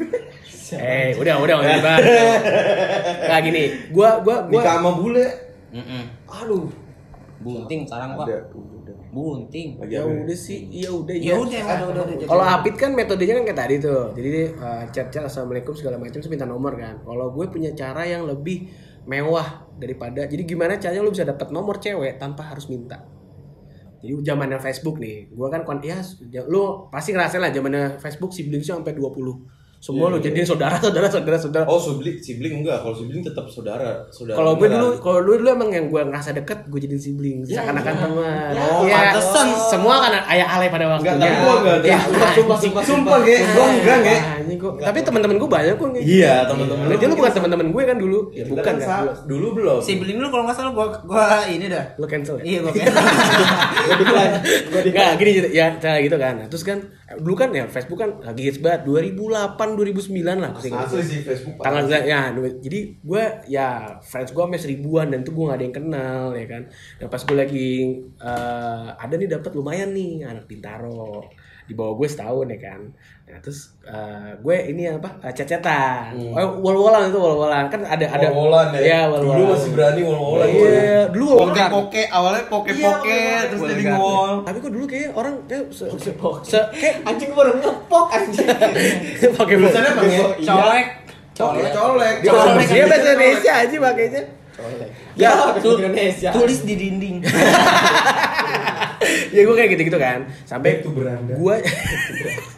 Eh, udah, udah, udah dibahas. Nah, gini, gua gua gua nikah sama bule. Heeh. aduh, Bunting sekarang, Pak. Ada udah. Bunting. Lagi ya apa? udah sih, ya udah Ya udah, udah, udah, udah. Kalau Apit kan metodenya kan kayak tadi tuh. Jadi uh, chat-chat assalamualaikum segala macam terus minta nomor kan. Kalau gue punya cara yang lebih mewah daripada. Jadi gimana caranya lu bisa dapat nomor cewek tanpa harus minta. Jadi zamannya Facebook nih, gue kan kon ya lu pasti ngerasain lah zamannya Facebook siblingsnya sampai dua puluh. Semua lu jadiin saudara, saudara, saudara, saudara. Oh, sibling, sibling enggak. Kalau sibling tetap saudara, saudara. Kalau gue beneran. dulu, kalau dulu dulu emang yang gue ngerasa deket, gue jadiin sibling, seakan-akan teman. Oh, Ya, pantesan. semua kan ayah ale pada waktunya. Enggak, tapi gua enggak. Ya, Sumpah, sumpah, sumpah, sumpah, Ge. Gua enggak, Ge. Anjing kok. Tapi teman-teman gue banyak kok. Ge. Iya, teman-teman. Berarti lu bukan teman-teman gue kan dulu? Ya Kita bukan kan kan. sa- dulu belum. Sibling lu kalau nggak salah gua gua ini dah. Lu cancel ya? Iya, gua kira. Enggak, gini cerita- ya cara gitu kan. Nah, terus kan dulu kan ya Facebook kan lagi hits banget dua ribu delapan dua ribu sembilan lah pasti. Asli sih Facebook. Tanggal ya, du- jadi gue ya friends gue sampai seribuan dan itu gue gak ada yang kenal ya kan. Dan pas gue lagi eh, ada nih dapat lumayan nih anak Bintaro di bawah gue setahun ya kan. Nah terus eh, gue ini apa uh, chat-chatan, oh, wol-wolan itu wol-wolan kan ada ada. Wol-wolan ya. Iya, wol-wolan. Dulu masih berani wol-wolan. Iya, dulu wol-wolan. Poke-poke, awalnya poke-poke, terus jadi wol. Tapi kok dulu kayak orang kayak se, se, se kayak Anjing baru ngepok anjing. pakai Tulisannya pakai Colek. colek. Colek. Colek. Dia bahasa Indonesia aja pakainya. Ya, tu- Indonesia. Tulis di dinding. Ya gue kayak gitu-gitu kan. Sampai Back to beranda. gue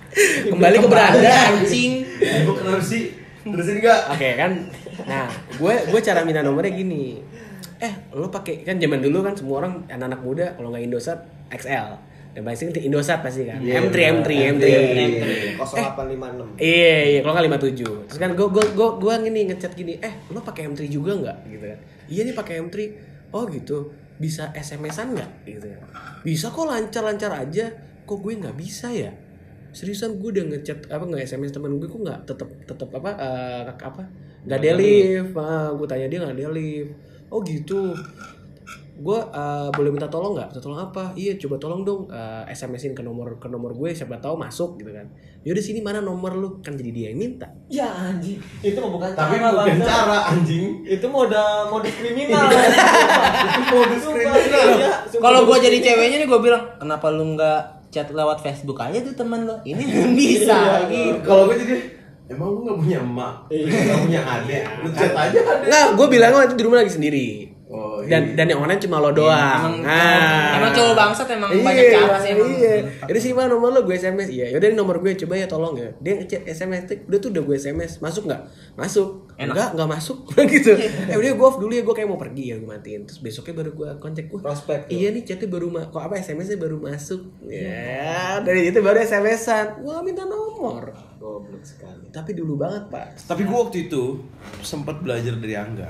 Kembali ke beranda anjing. Ibu kenapa sih? Terusin enggak? Oke kan. Nah, gue gue cara minta nomornya gini. Eh, lo pakai kan zaman dulu kan semua orang anak-anak muda kalau nggak Indosat X L. Dan paling sering Indosat pasti kan. Yeah, M tiga M tiga M tiga. nol delapan lima enam. Iya, iya, kalau nggak lima tujuh. Terus kan gue gue gue gue gini ngechat gini, "Eh, lo pakai M tiga juga nggak?" gitu kan. "Iya nih pakai M tiga." "Oh, gitu. Bisa S M S-an nggak?" gitu kan. "Bisa kok, lancar-lancar aja." "Kok gue nggak bisa ya?" Seriusan gue udah ngechat apa nggak S M S teman gue kok nggak tetep tetep apa uh, apa nggak deliver. Ah, gue tanya dia nggak deliver. "Oh gitu. Gue uh, boleh minta tolong nggak?" "Minta tolong apa?" "Iya, coba tolong dong uh, S M S-in ke nomor ke nomor gue, siapa tahu masuk gitu kan." "Yaudah sini mana nomor lu?" Kan jadi dia yang minta. Ya anjing. Itu mah bukan Tapi cara, bukan Bang. cara anjing. Itu mode mode kriminal. Itu modus kriminal. Iya, Kalau gua jadi ceweknya nih gua bilang, "Kenapa lu nggak chat lewat Facebook aja tuh teman lo? Ini bisa gitu." Kalau gue jadi emang lu nggak punya emak, nggak punya adik, lu chat aja adek. Nggak, gue bilang waktu itu di rumah lagi sendiri. Oh, Dan iya. dan yang online cuma lo doang. Emang, Nah. emang cowok bangsat emang Iya, banyak cara sih emang. Iya. Jadi sih mana nomor lo, gue S M S. Iya, yaudah ini nomor gue, coba ya tolong ya. Dia ngechat S M S, udah tuh udah gue S M S. Masuk nggak? Masuk. Enak. Enggak, nggak masuk. gitu. Eh udah gue off dulu ya, gue kayak mau pergi ya, gue matiin. Terus besoknya baru gue kontak gue. Prospek tuh. Iya nih chatnya baru ma- kok apa S M S-nya baru masuk. Ya, dari itu baru S M S-an. Wah, minta nomor. Goblok sekali. Tapi dulu banget, Pak. Tapi gue waktu itu sempat belajar dari Angga.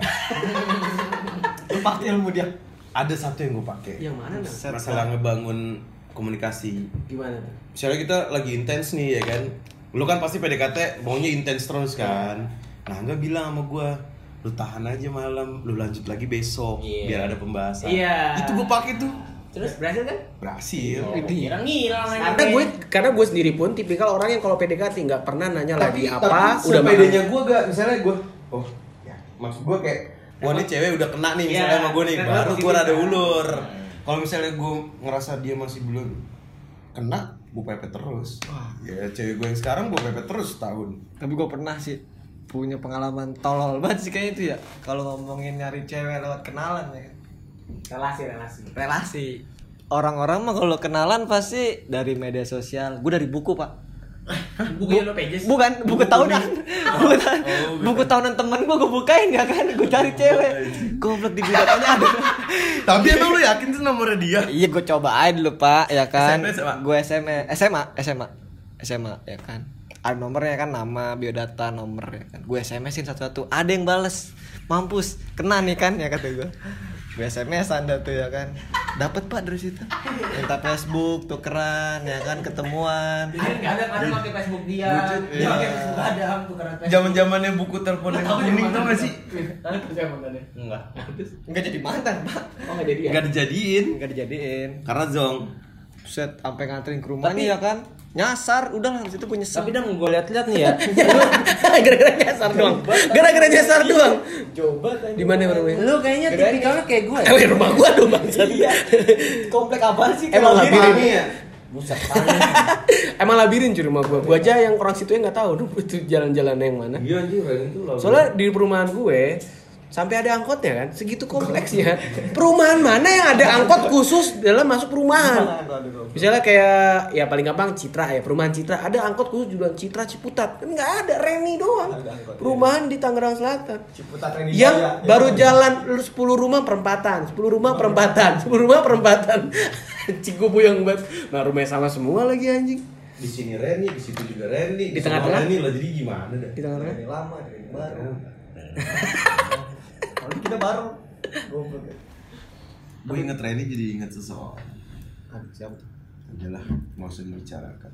Lu pakai ilmu dia. Ada satu yang gue pakai. Yang mana nih? Masalah ngebangun komunikasi. Gimana tuh? Misalnya kita lagi intens nih ya kan. Lu kan pasti P D K T maunya intens terus kan. Nah, Angga bilang sama gue, "Lu tahan aja malam, lu lanjut lagi besok Iya. biar ada pembahasan." Iya. Itu gue pakai tuh. Terus berhasil kan? Berhasil. Kira ngilang aja. Karena gue karena gue sendiri pun tipikal orang yang kalau P D K T nggak pernah nanya lagi apa, udah makan. sepedanya gue gak, misalnya gue, oh ya, maksud gue kayak, wah ini cewek udah kena nih misalnya Iya, sama gue nih, kan baru positif gue rada kan. ulur. Kalau misalnya gue ngerasa dia masih belum kena, gue pepet terus. Ya cewek gue yang sekarang gue pepet terus setahun. Tapi gue pernah sih punya pengalaman tolol banget sih kayak itu ya. Kalau ngomongin nyari cewek lewat kenalan ya kan. Relasi relasi. Relasi. Orang-orang mah kalau kenalan pasti dari media sosial. Gue dari buku, Pak. Bukunya lo pages. Bukan, buku tahunan. buku, ta- buku tahunan temen gue gue bukain ya kan. Gue cari cewek. Goblok di gugatannya ada. Tapi emang lu yakin tuh nomornya dia? Iya, gue cobain dulu, Pak, ya kan. S M S, Pak? Gue S M S, S M A, S M A. S M A ya kan. Ada nomornya kan, nama, biodata, nomor ya kan. Gue S M S-in satu-satu. Ada yang bales. Mampus, kena nih kan ya kata gue. Gue S M S anda tuh ya kan. Dapat, Pak, dari situ. Minta Facebook, tukeran ya kan, ketemuan. Enggak ada ada pakai Facebook dia. Dia pakai Facebook Adam tuh karena Facebook. Zaman-zamannya buku telepon yang kuning tuh gak sih? Tahu tuh siapa mantannya? Enggak. Enggak jadi mantan, Pak. Oh nggak jadi ya? Enggak dijadiin. Enggak dijadiin. Karena zong. Set sampai nganterin ke rumahnya Tapi- ya kan. Nyasar, udah lah situ gue nyesel. Tapi dong gue lihat-lihat nih ya. Gara-gara nyasar doang. Gara-gara nyasar doang. Coba tanya. Di mana rumahnya? Lu kayaknya tipikalnya kayak gue. Eh, rumah gua dong bangsat. Iya. Komplek apaan sih? Emang Kalau labirin gini? ya? Buset panik. Emang labirin cuy rumah gua. Gua aja yang orang situ nggak tahu dong itu jalan-jalan yang mana. Iya anjing, Ren itu lah. Soalnya di perumahan gue sampai ada angkotnya kan, segitu kompleksnya. Perumahan mana yang ada angkot khusus dalam masuk perumahan? Misalnya kayak ya paling gampang Citra ya, perumahan Citra ada angkot khusus juga Citra Ciputat. Kan nggak ada, Reni doang. Ada angkot, Perumahan di Tangerang Selatan. Ciputat Reni Yang Jaya. baru jalan lu sepuluh rumah perempatan, sepuluh rumah perempatan, sepuluh rumah perempatan. Anjing gue buyang banget. Nah, rumahnya sama semua lagi anjing. Di sini Reni, di situ juga Reni, Di semua tengah-tengah? Reni lah, jadi gimana dah? Di tengah-tengah. Reni lama, Reni baru. Kalau kita baru. Goblok. ya. Gue inget Reni jadi inget seseorang. Aduh, siapa tuh? Udahlah, nggak usah dibicarakan.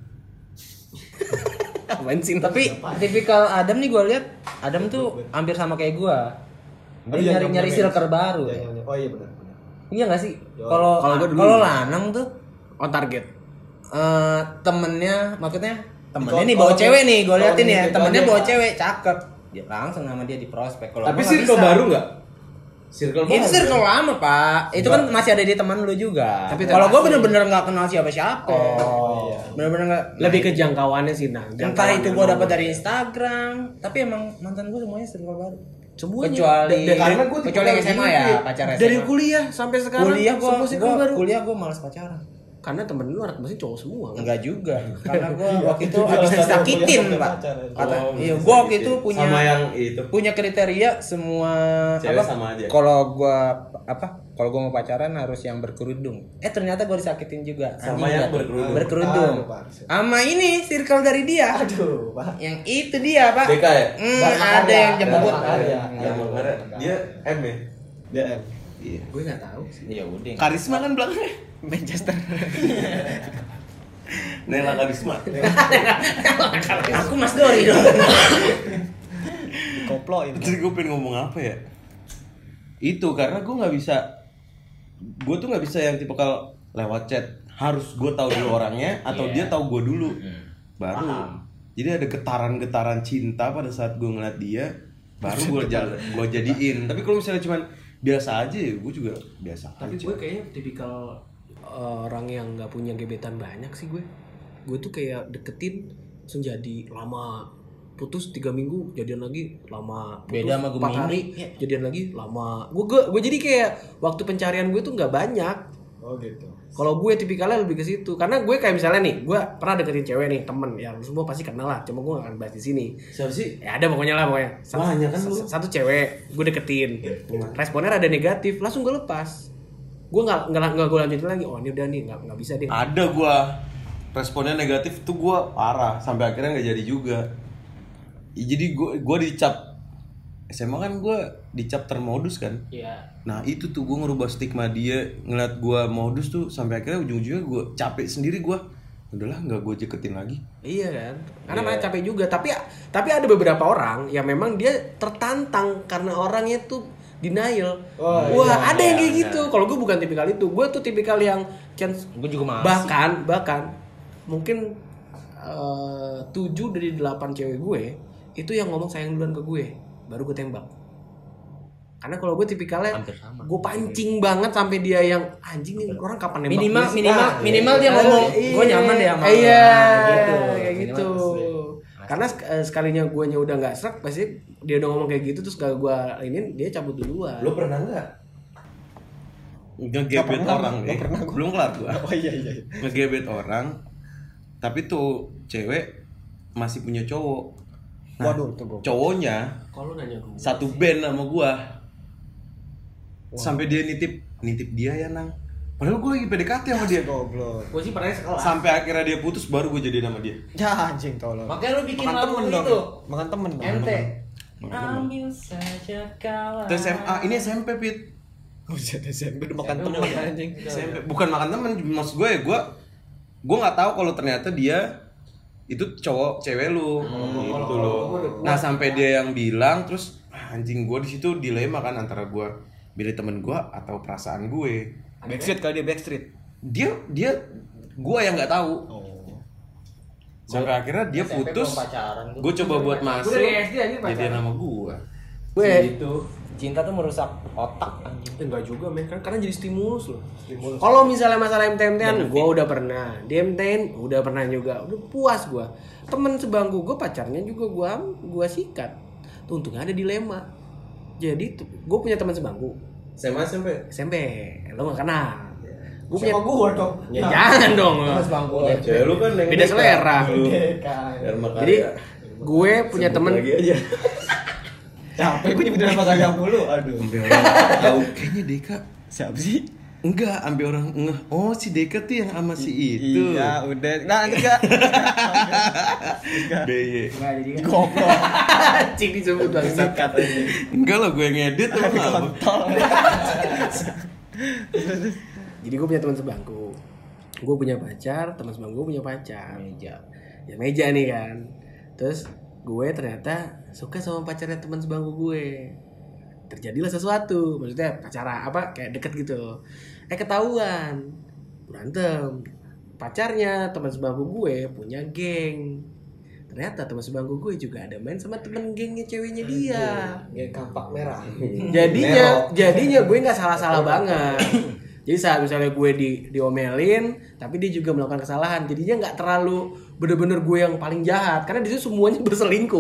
Apaan sih? Tapi tipikal Adam nih gue lihat Adam tuh hampir sama kayak gue. Oh, Dia iya, nyari-nyari ngomongin. circle baru. Iya, iya, iya. Oh iya benar benar. Iya nggak sih? Yo. Kalau Kalau gua dulu. kalau lanang tuh On target. eh temennya maksudnya temennya Kalau- nih bawa kalau- cewek nih gue kalau liatin ya gitu temennya aja, bawa Pak. cewek cakep dia langsung sama dia di prospek. Kalau Tapi gua nggak circle bisa. baru nggak? Circle baru. Itu circle lama pak, itu kan masih ada di teman lu juga. Tapi kalau gue terasa. bener-bener nggak kenal siapa-siapa. Oh. Bener-bener nggak. Lebih ke jangkauannya sih nah. Entah jangkauan itu yang gue nomor. dapat dari Instagram, tapi emang mantan gue semuanya circle baru. Semuanya. Kecuali Da- da- karena gua tipe kecuali yang orang S M A gini, ya Pi. pacar S M A. dari kuliah sampai sekarang kuliah gue semua circle baru. kuliah gue malas pacaran. karena temen lu anak mesin cowok semua kan? Enggak juga. Karena gua waktu itu habis disakitin, Pak. Kata, Oh, iya, bisa gua waktu disakitin. itu punya sama yang itu. punya kriteria semua Cewek apa? sama aja. Kalau gua apa? Kalau gua mau pacaran harus yang berkerudung. Eh ternyata gua disakitin juga. Sama Anjing yang nggak tuh? berkerudung. Berkerudung. Aduh, Pak. Sama ini circle dari dia. Aduh, Pak. Yang itu dia, Pak. D K ya? Hmm, Dharma ada Karya. yang jemput. Dharma Karya. Yang mengaret. Dia M ya? D M. Iya. Gue nggak tahu sih. Ya udah. Karisma kan belakangnya. Manchester. Nela Karisma. Aku Mas Dori dong. Koploin. Terus gue pengen ngomong apa ya? Itu karena gue nggak bisa, gue tuh nggak bisa yang tipe kalau lewat chat harus gue tahu dulu orangnya atau dia tahu gue dulu, baru. Jadi ada getaran-getaran cinta pada saat gue ngeliat dia, baru gue jalan, gue jadiin. Tapi kalau misalnya cuman biasa aja, ya gue juga biasa Tapi aja. gue kayaknya tipikal uh, orang yang nggak punya gebetan banyak sih gue. Gue tuh kayak deketin langsung jadi lama, putus tiga minggu jadian lagi lama, putus Beda sama empat Gemini. hari jadian lagi lama. Gue gue gue jadi kayak waktu pencarian gue tuh nggak banyak. Oh gitu. Kalau gue tipikalnya lebih ke situ, karena gue kayak misalnya nih, gue pernah deketin cewek nih, temen, ya lu semua pasti kenal lah, cuma gue gak akan bahas di sini. Siapa sih? Ya ada pokoknya lah pokoknya. Satu, Banyak kan satu, lu. satu cewek, gue deketin, responnya ada negatif, langsung gue lepas. Gue nggak nggak nggak gue lanjutin lagi. Oh ini udah nih nggak nggak bisa deh. Ada gue responnya negatif tuh gue parah sampai akhirnya nggak jadi juga. Ya, jadi gue gue dicap S M A kan gue dicap termodus kan. Iya. Nah itu tuh gue ngerubah stigma dia ngeliat gue modus tuh sampai akhirnya ujung-ujungnya gue capek sendiri gue. Udahlah nggak gue deketin lagi. Iya kan, karena Iya. malah capek juga. Tapi tapi ada beberapa orang yang memang dia tertantang karena orangnya tuh denial. Oh, Wah iya, ada yang iya, kayak gitu. Kalau gue bukan tipikal itu, gue tuh tipikal yang chance Gue juga masih. bahkan bahkan mungkin eh, tujuh dari delapan cewek gue itu yang ngomong sayang duluan ke gue, baru gue tembak. Karena kalau gue tipikalnya Hampir sama. gue pancing banget sampai dia yang anjing nih orang kapan nembak Minimal gue sih?" minimal Nah, minimal dia Iya, ngomong iya. gue nyaman deh sama lu." Iya, Nah, gitu. kayak Minimal gitu. asli. Karena sek- eh, sekalinya guanya udah nggak serak, pasti dia udah ngomong kayak gitu terus gak gue ini dia cabut duluan. Lo pernah nggak ngegebet orang nih? Belum kelar gue. Oh iya iya. iya. Ngegebet orang, tapi tuh cewek masih punya cowok. Nah, Waduh, tuh gua. cowoknya Kalau nanya gue satu band sama gua. Sampai dia nitip nitip dia ya nang. Padahal gua lagi P D K T sama dia. Goblok. gue sih pernah sekolah. Sampai akhirnya dia putus baru gua jadi sama dia. Ya anjing tolong. Makanya lu bikin Makan lagu temen itu. dong. Makan temen dong. M T. Ambil saja kawan. Itu S M A, ini S M P Pit. Buset S M P udah makan temen anjing. S M P bukan makan temen, maksud gue ya gua gua nggak tahu kalau ternyata dia itu cowok cewek lu gitu loh. Nah sampai dia yang bilang terus ah, anjing gue di situ dilema kan antara gue milih temen gue atau perasaan gue. Backstreet kali dia Backstreet. Dia dia gue yang nggak tahu. Oh. Sampai akhirnya dia S M P putus. belum pacaran tuh. Gue coba buat masuk. dari S D anjing pacaran. Jadi nama gue. gue Itu cinta tuh merusak otak anjing. enggak juga men kan karena jadi stimulus loh. Kalau misalnya masalah M T M T-an gue udah pernah, di M T N udah pernah juga, udah puas gue. Temen sebangku gue pacarnya juga gue gue sikat. Tuh untungnya ada dilema. Jadi gue punya teman sebangku S M A S M P. S M P, lo gak kenal. Gue punya Sama gua dong. ya jangan dong. Mas bangku. Cewek lu kan yang Beda nikah selera. dulu. Deka. Dharma Karya. Jadi gue punya Sebut temen lagi aja. Capek gue nyebutin apa kagak mulu. Aduh. Sampai orang tahu kayaknya Deka. Siapa sih? Enggak, sampai orang ngeh. Oh, si Deka tuh yang sama si itu. Iya, udah. Nah, enggak. B Y. Enggak jadi kan. Goblok. Cing disebut bangsat katanya. Enggak lah, gue yang ngedit apa apa. Jadi gue punya teman sebangku. Gue punya pacar, teman sebangku punya pacar. Meja. Ya meja nih kan. Terus gue ternyata suka sama pacarnya teman sebangku gue. Terjadilah sesuatu, maksudnya pacaran apa kayak deket gitu. Eh ketahuan, berantem. Pacarnya teman sebangku gue punya geng. Ternyata teman sebangku gue juga ada main sama temen gengnya ceweknya dia. Geng kampak merah. Jadinya jadinya gue nggak salah-salah banget. Jadi saat misalnya gue di diomelin, tapi dia juga melakukan kesalahan. Jadinya nggak terlalu bener-bener gue yang paling jahat, karena di situ semuanya berselingkuh.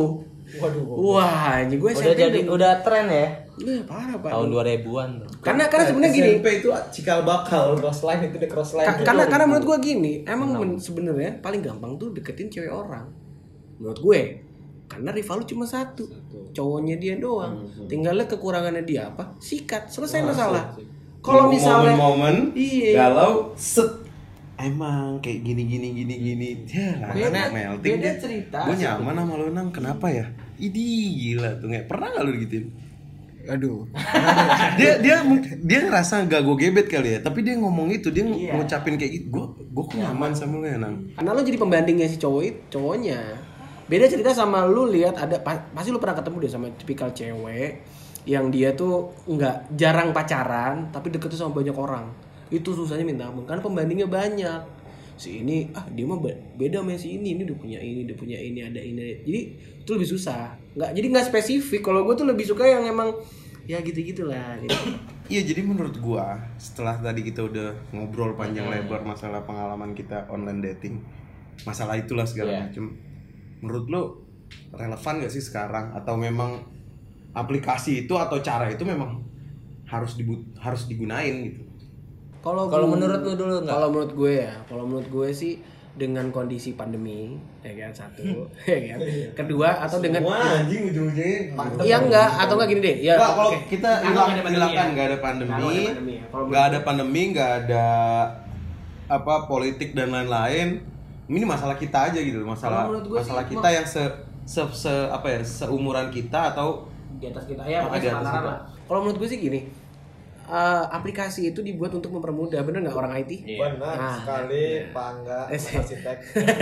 Waduh. Wah, anjing gue S M P Udah jadi udah tren ya. Iya, parah, Pak. Tahun dua ribuan tuh. Karena karena sebenarnya gini. S M P itu cikal bakal cross line itu the cross line. Ka- karena karena menurut gue gini, emang men- sebenarnya paling gampang tuh deketin cewek orang. Menurut gue. Karena rival lu cuma satu. Cowoknya dia doang. Tinggalnya kekurangannya dia apa? Sikat. Selesai masalah. Kalau misalnya momen-momen iya. galau set emang kayak gini gini gini gini ya Beda- melting beda deh. cerita. Gue nyaman sama lu Nang, kenapa ya? Idi gila tuh, nggak pernah nggak lu digituin? Aduh. dia dia dia ngerasa gak gue gebet kali ya, tapi dia ngomong itu, dia Iya. ngucapin kayak gitu, gue gue kok nyaman sama lu ya Nang. karena lo jadi pembandingnya si cowok itu, cowoknya. Beda cerita sama lu lihat ada pa- pasti lu pernah ketemu deh sama tipikal cewek yang dia tuh nggak jarang pacaran tapi deket tuh sama banyak orang. Itu susahnya minta ampun karena pembandingnya banyak. Si ini ah dia mah be- beda sama si ini, ini udah punya ini, udah punya ini, ada ini. Jadi itu lebih susah. Nggak jadi nggak spesifik. Kalau gue tuh lebih suka yang emang ya gitu-gitulah gitu. Iya, jadi menurut gua setelah tadi kita udah ngobrol panjang lebar masalah pengalaman kita online dating, masalah itulah segala Iya. macem. Menurut lu relevan gak sih sekarang, atau memang aplikasi itu atau cara itu memang harus dibut harus digunain gitu? Kalau Kalau gue- menurut lu dulu nggak? Kalau menurut gue ya, kalau menurut gue sih dengan kondisi pandemi, ya kan satu, ya kan. Kedua atau dengan Wah, anjing ujung-ujungnya. Iya enggak atau enggak gini deh. Ya Nggak, kalau oke. kita Kalau hilang nggak ada pandemi hilangkan ya. nggak ada pandemi, Kalau nggak ada pandemi ya. Kalau nggak ada pandemi, nggak ada apa politik dan lain-lain. Ini masalah kita aja gitu, masalah Kalau menurut gue masalah sih, kita yang se, se, se apa ya seumuran kita atau di atas kita ya Apa pokoknya di atas sepantaran kita? lah. Kalau menurut gue sih gini, eh, aplikasi itu dibuat untuk mempermudah, bener nggak orang I T? Benar Nah, sekali, Pak Angga, Eh, arsitek.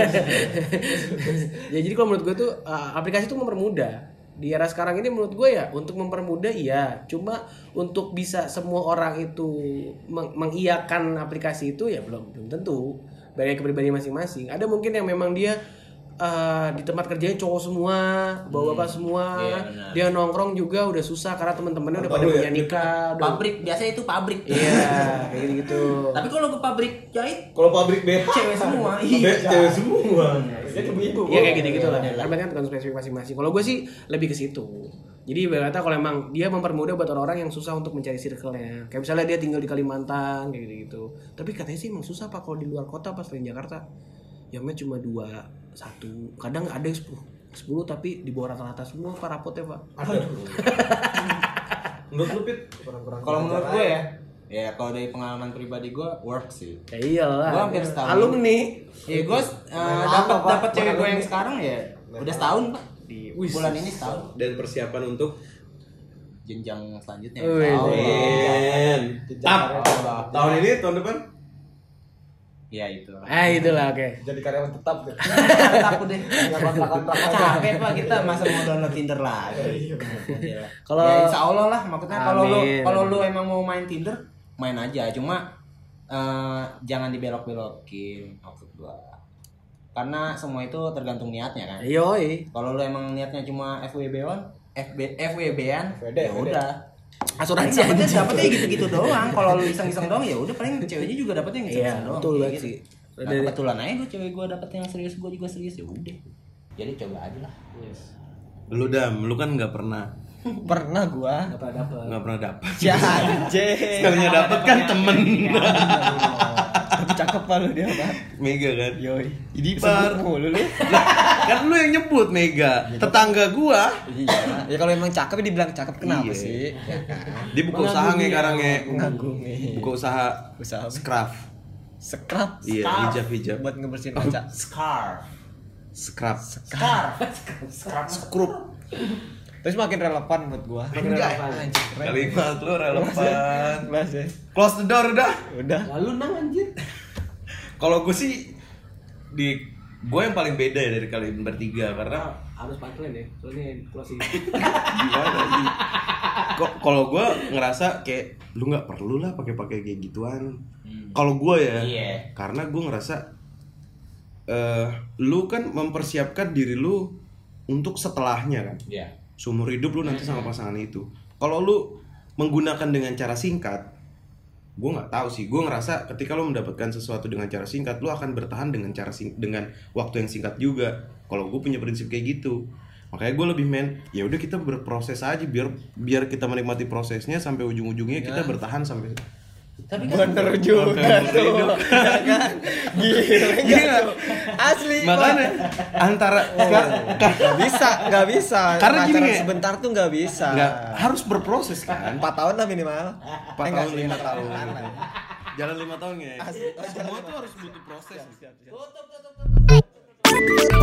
ya jadi kalau menurut gue tuh eh, aplikasi itu mempermudah. Di era sekarang ini menurut gue ya untuk mempermudah iya, cuma untuk bisa semua orang itu meng- mengiyakan aplikasi itu ya belum belum tentu. Dari kepribadian masing-masing. Ada mungkin yang memang dia eh, di tempat kerjanya cowok semua, bawa-bapak semua, Iya, benar. dia nongkrong juga udah susah karena teman-temannya udah pada Tahu ya, punya nikah, udah Pabrik biasanya itu pabrik. iya kayak gitu. Tapi kalau ke pabrik jahit Kalau pabrik B H cewek semua. Iya, cewek semua. Dia ibu-ibu. Iya kayak gitu-gitu lah. Kan kan tergantung spesifik masing-masing. Kalau gue sih lebih ke situ. Jadi berkata kalau emang dia mempermudah buat orang-orang yang susah untuk mencari circle-nya. Kayak misalnya dia tinggal di Kalimantan kayak gitu-gitu. Tapi katanya sih emang susah Pak kalau di luar kota pas selain Jakarta. Jamnya cuma dua, satu. Kadang ada yang sepuluh. sepuluh tapi di bawah rata-rata semua Pak rapotnya Pak. Aduh. Menurut lu Pit? Kurang-kurang Kalau menurut belajar gue aja. ya, ya kalau dari pengalaman pribadi gue work sih. Ya iyalah. Gua hampir setahun. Alumni. Ya gue uh, dapat dapat cewek gue yang sekarang ya udah setahun pak. Di bulan ini setahun. dan persiapan untuk Jenjang selanjutnya. Wih. Oh, men Jenjang karir. tahun ini tahun depan ya itu. Eh itulah oke. Jadi karyawan tetap deh. Takut deh. Nggak kontrak-kontrak aja. Capek pak kita masa mau download Tinder lagi. Kalau- ya, insya Allah lah maksudnya kalau lu Amin. kalau lu emang mau main Tinder main aja cuma eh, jangan dibelok-belokin maksud gua. Karena semua itu tergantung niatnya kan. Yoi. Kalau lu emang niatnya cuma F W B-an, F B F W B-an, F W D, ya F W D. udah. Asuransi Dapetnya aja. dapetnya gitu-gitu doang. Kalau lu iseng-iseng doang ya udah paling ceweknya juga dapetnya yang Iya, iseng-iseng doang. betul kayak banget gitu. sih. Nah, kebetulan aja gue cewek gue dapet yang serius, gue juga serius ya udah. Jadi coba aja lah. lu Dam, lu kan nggak pernah Pernah gua. Gak pernah dapet. nggak pernah dapat Ya anjing. sekalinya dapat kan temen Tapi cakep pak lu dia pak. Mega kan Yoi. Jadi Sebut par mulu lu. Lah, kan lu yang nyebut Mega tetangga gua Iya. Ya kalau emang cakep dibilang cakep kenapa Iya. sih? Ya kan. dia buka usaha nge sekarang nge Mengagumi. buka usaha Usaha apa? scrap Scrub. iya hijab hijab Buat ngebersihin kaca. Scarf. scrap Scarf. Scarf. skrup Terus makin relevan buat gua. Makin relevan. Anjing, keren. kalimat lu relevan Kelas ya. close the door udah Udah. Lalu nang anjir. kalau gue sih di gue yang paling beda ya dari kalian bertiga karena Harus punchline ya. Soalnya closing. gimana sih kok kalau gue ngerasa kayak lu nggak perlu lah pakai-pakai kayak gituan kalau gue ya Iya. karena gue ngerasa eh lu kan mempersiapkan diri lu untuk setelahnya kan Iya. seumur hidup lu nanti sama pasangan itu kalau lu menggunakan dengan cara singkat gue nggak tahu sih gue ngerasa ketika lu mendapatkan sesuatu dengan cara singkat lu akan bertahan dengan cara sing dengan waktu yang singkat juga kalau gue punya prinsip kayak gitu Makanya gue lebih main, ya udah kita berproses aja biar biar kita menikmati prosesnya sampai ujung-ujungnya kita bertahan sampai. Tapi kan Bener juga tuh. Ya kan? Gila enggak tuh. Asli. Makanya antara ka- ka- Gak bisa, gak bisa. Karena gini, Pacaran ya. sebentar tuh gak bisa. nggak harus berproses kan. Empat tahun lah minimal. Empat Eh, enggak tahun sih, lima empat tahun. tahun. gitu. Jalan lima tahun ya. Asli. Semua tuh harus butuh proses. tutup tutup tutup.